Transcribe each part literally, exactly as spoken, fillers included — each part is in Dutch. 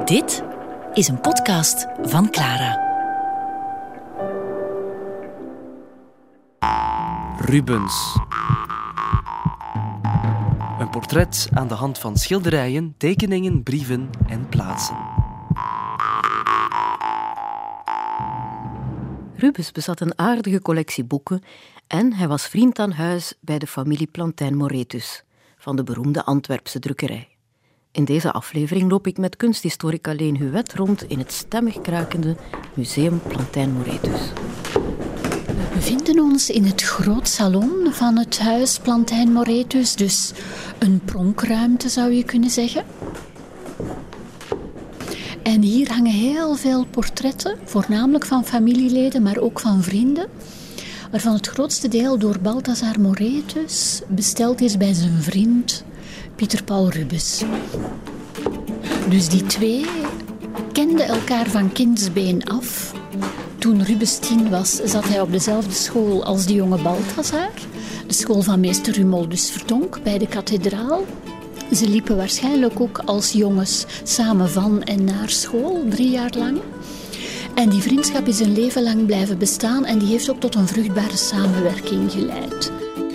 Dit is een podcast van Clara. Rubens. Een portret aan de hand van schilderijen, tekeningen, brieven en plaatsen. Rubens bezat een aardige collectie boeken en hij was vriend aan huis bij de familie Plantijn-Moretus van de beroemde Antwerpse drukkerij. In deze aflevering loop ik met kunsthistorica Leen Huet rond in het stemmig krakende Museum Plantijn-Moretus. We bevinden ons in het groot salon van het huis Plantijn-Moretus, dus een pronkruimte zou je kunnen zeggen. En hier hangen heel veel portretten, voornamelijk van familieleden, maar ook van vrienden, waarvan het grootste deel door Balthazar Moretus besteld is bij zijn vriend Pieter Paul Rubens. Dus die twee kenden elkaar van kindsbeen af. Toen Rubens tien was, zat hij op dezelfde school als de jonge Balthazar, de school van meester Rumoldus Verdonk bij de kathedraal. Ze liepen waarschijnlijk ook als jongens samen van en naar school, drie jaar lang. En die vriendschap is een leven lang blijven bestaan en die heeft ook tot een vruchtbare samenwerking geleid.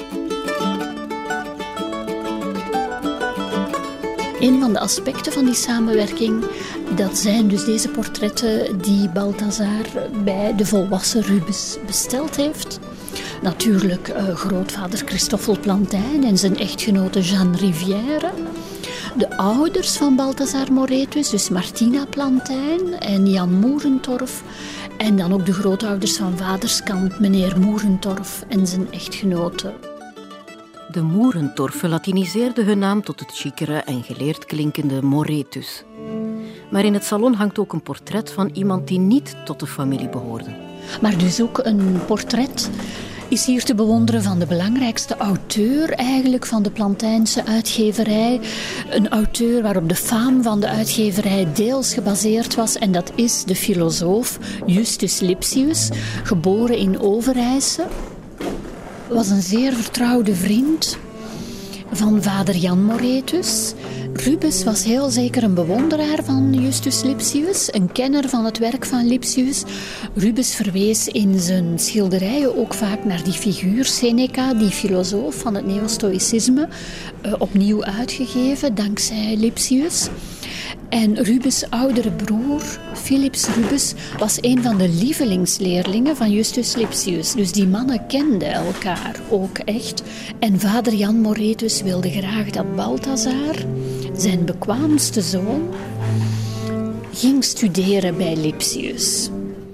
Een van de aspecten van die samenwerking, dat zijn dus deze portretten die Balthazar bij de volwassen Rubens besteld heeft. Natuurlijk uh, grootvader Christoffel Plantijn en zijn echtgenote Jeanne Rivière. De ouders van Balthazar Moretus, dus Martina Plantijn en Jan Moerentorff. En dan ook de grootouders van vaderskant, meneer Moerentorff en zijn echtgenote. De Moerentorffen latiniseerden hun naam tot het chicere en geleerd klinkende Moretus. Maar in het salon hangt ook een portret van iemand die niet tot de familie behoorde. Maar dus ook een portret is hier te bewonderen van de belangrijkste auteur eigenlijk van de Plantijnse uitgeverij. Een auteur waarop de faam van de uitgeverij deels gebaseerd was. En dat is de filosoof Justus Lipsius, geboren in Overijse. Was een zeer vertrouwde vriend van vader Jan Moretus. Rubens was heel zeker een bewonderaar van Justus Lipsius, een kenner van het werk van Lipsius. Rubens verwees in zijn schilderijen ook vaak naar die figuur Seneca, die filosoof van het neostoïcisme, uh, opnieuw uitgegeven dankzij Lipsius. En Rubens' oudere broer, Philips Rubens, was een van de lievelingsleerlingen van Justus Lipsius. Dus die mannen kenden elkaar ook echt. En vader Jan Moretus wilde graag dat Balthazar, zijn bekwaamste zoon, ging studeren bij Lipsius.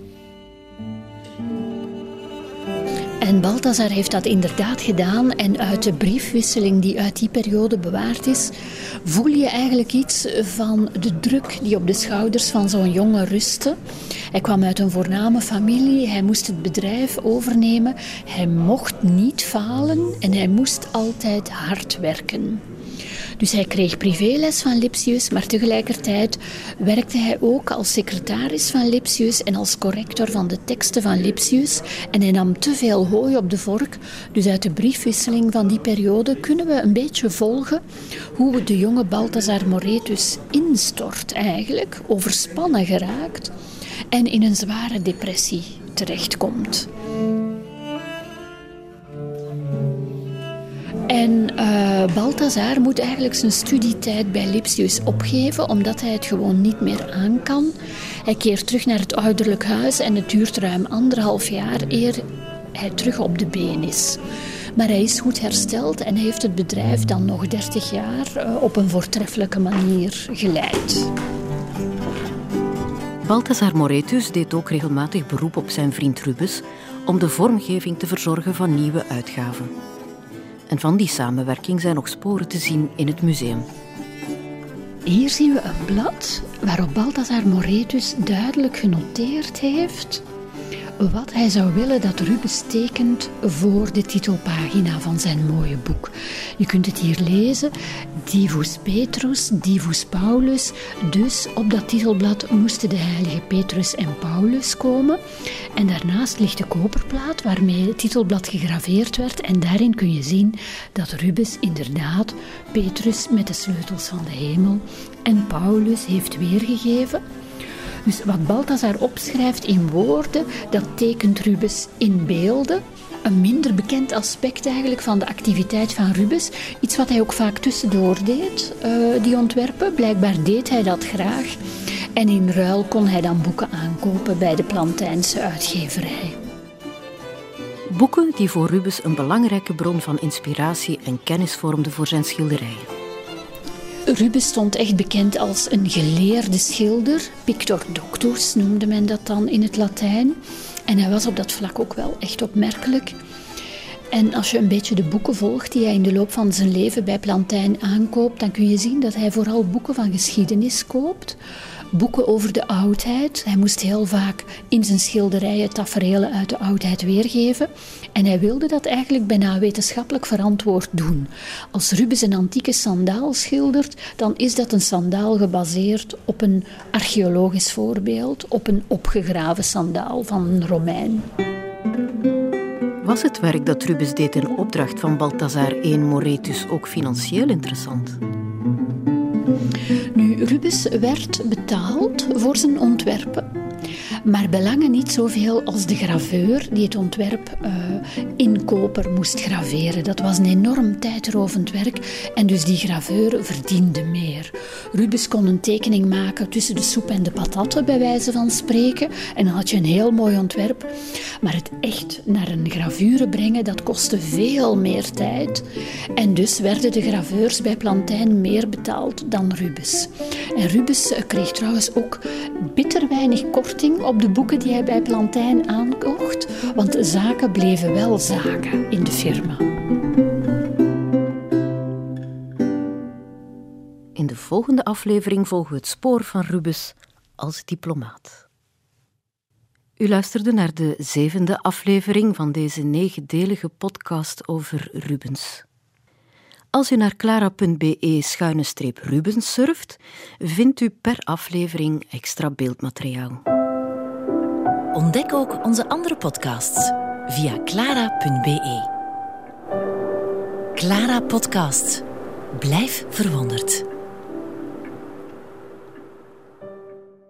En Balthazar heeft dat inderdaad gedaan en uit de briefwisseling die uit die periode bewaard is, voel je eigenlijk iets van de druk die op de schouders van zo'n jongen rustte. Hij kwam uit een voorname familie, hij moest het bedrijf overnemen, hij mocht niet falen en hij moest altijd hard werken. Dus hij kreeg privéles van Lipsius, maar tegelijkertijd werkte hij ook als secretaris van Lipsius en als corrector van de teksten van Lipsius. En hij nam te veel hooi op de vork. Dus uit de briefwisseling van die periode kunnen we een beetje volgen hoe de jonge Balthazar Moretus instort eigenlijk, overspannen geraakt en in een zware depressie terechtkomt. En uh, Balthazar moet eigenlijk zijn studietijd bij Lipsius opgeven, omdat hij het gewoon niet meer aan kan. Hij keert terug naar het ouderlijk huis en het duurt ruim anderhalf jaar eer hij terug op de been is. Maar hij is goed hersteld en heeft het bedrijf dan nog dertig jaar uh, op een voortreffelijke manier geleid. Balthazar Moretus deed ook regelmatig beroep op zijn vriend Rubens om de vormgeving te verzorgen van nieuwe uitgaven. En van die samenwerking zijn nog sporen te zien in het museum. Hier zien we een blad waarop Balthazar Moretus duidelijk genoteerd heeft wat hij zou willen dat Rubens tekent voor de titelpagina van zijn mooie boek. Je kunt het hier lezen, Divus Petrus, Divus Paulus. Dus op dat titelblad moesten de heilige Petrus en Paulus komen. En daarnaast ligt de koperplaat waarmee het titelblad gegraveerd werd. En daarin kun je zien dat Rubens inderdaad Petrus met de sleutels van de hemel en Paulus heeft weergegeven. Dus wat Balthasar opschrijft in woorden, dat tekent Rubens in beelden. Een minder bekend aspect eigenlijk van de activiteit van Rubens. Iets wat hij ook vaak tussendoor deed, uh, die ontwerpen. Blijkbaar deed hij dat graag. En in ruil kon hij dan boeken aankopen bij de Plantijnse uitgeverij. Boeken die voor Rubens een belangrijke bron van inspiratie en kennis vormden voor zijn schilderijen. Rubens stond echt bekend als een geleerde schilder. Pictor doctus noemde men dat dan in het Latijn. En hij was op dat vlak ook wel echt opmerkelijk. En als je een beetje de boeken volgt die hij in de loop van zijn leven bij Plantijn aankoopt, dan kun je zien dat hij vooral boeken van geschiedenis koopt. Boeken over de oudheid. Hij moest heel vaak in zijn schilderijen taferelen uit de oudheid weergeven. En hij wilde dat eigenlijk bijna wetenschappelijk verantwoord doen. Als Rubens een antieke sandaal schildert, dan is dat een sandaal gebaseerd op een archeologisch voorbeeld, op een opgegraven sandaal van een Romein. Was het werk dat Rubens deed in opdracht van Balthasar de Eerste Moretus ook financieel interessant? Nu, Rubens werd betaald voor zijn ontwerpen, maar belangen niet zoveel als de graveur die het ontwerp uh, in koper moest graveren. Dat was een enorm tijdrovend werk en dus die graveur verdiende meer. Rubens kon een tekening maken tussen de soep en de patatten, bij wijze van spreken, en dan had je een heel mooi ontwerp. Maar het echt naar een gravure brengen, dat kostte veel meer tijd. En dus werden de graveurs bij Plantijn meer betaald dan Rubens. En Rubens kreeg trouwens ook bitter weinig korting op de boeken die hij bij Plantijn aankocht, want zaken bleven wel zaken in de firma. In de volgende aflevering volgen we het spoor van Rubens als diplomaat. U luisterde naar de zevende aflevering van deze negendelige podcast over Rubens. Als u naar clara.be schuine streep Rubens surft, vindt u per aflevering extra beeldmateriaal. Ontdek ook onze andere podcasts via clara.be. Clara Podcast. Blijf verwonderd.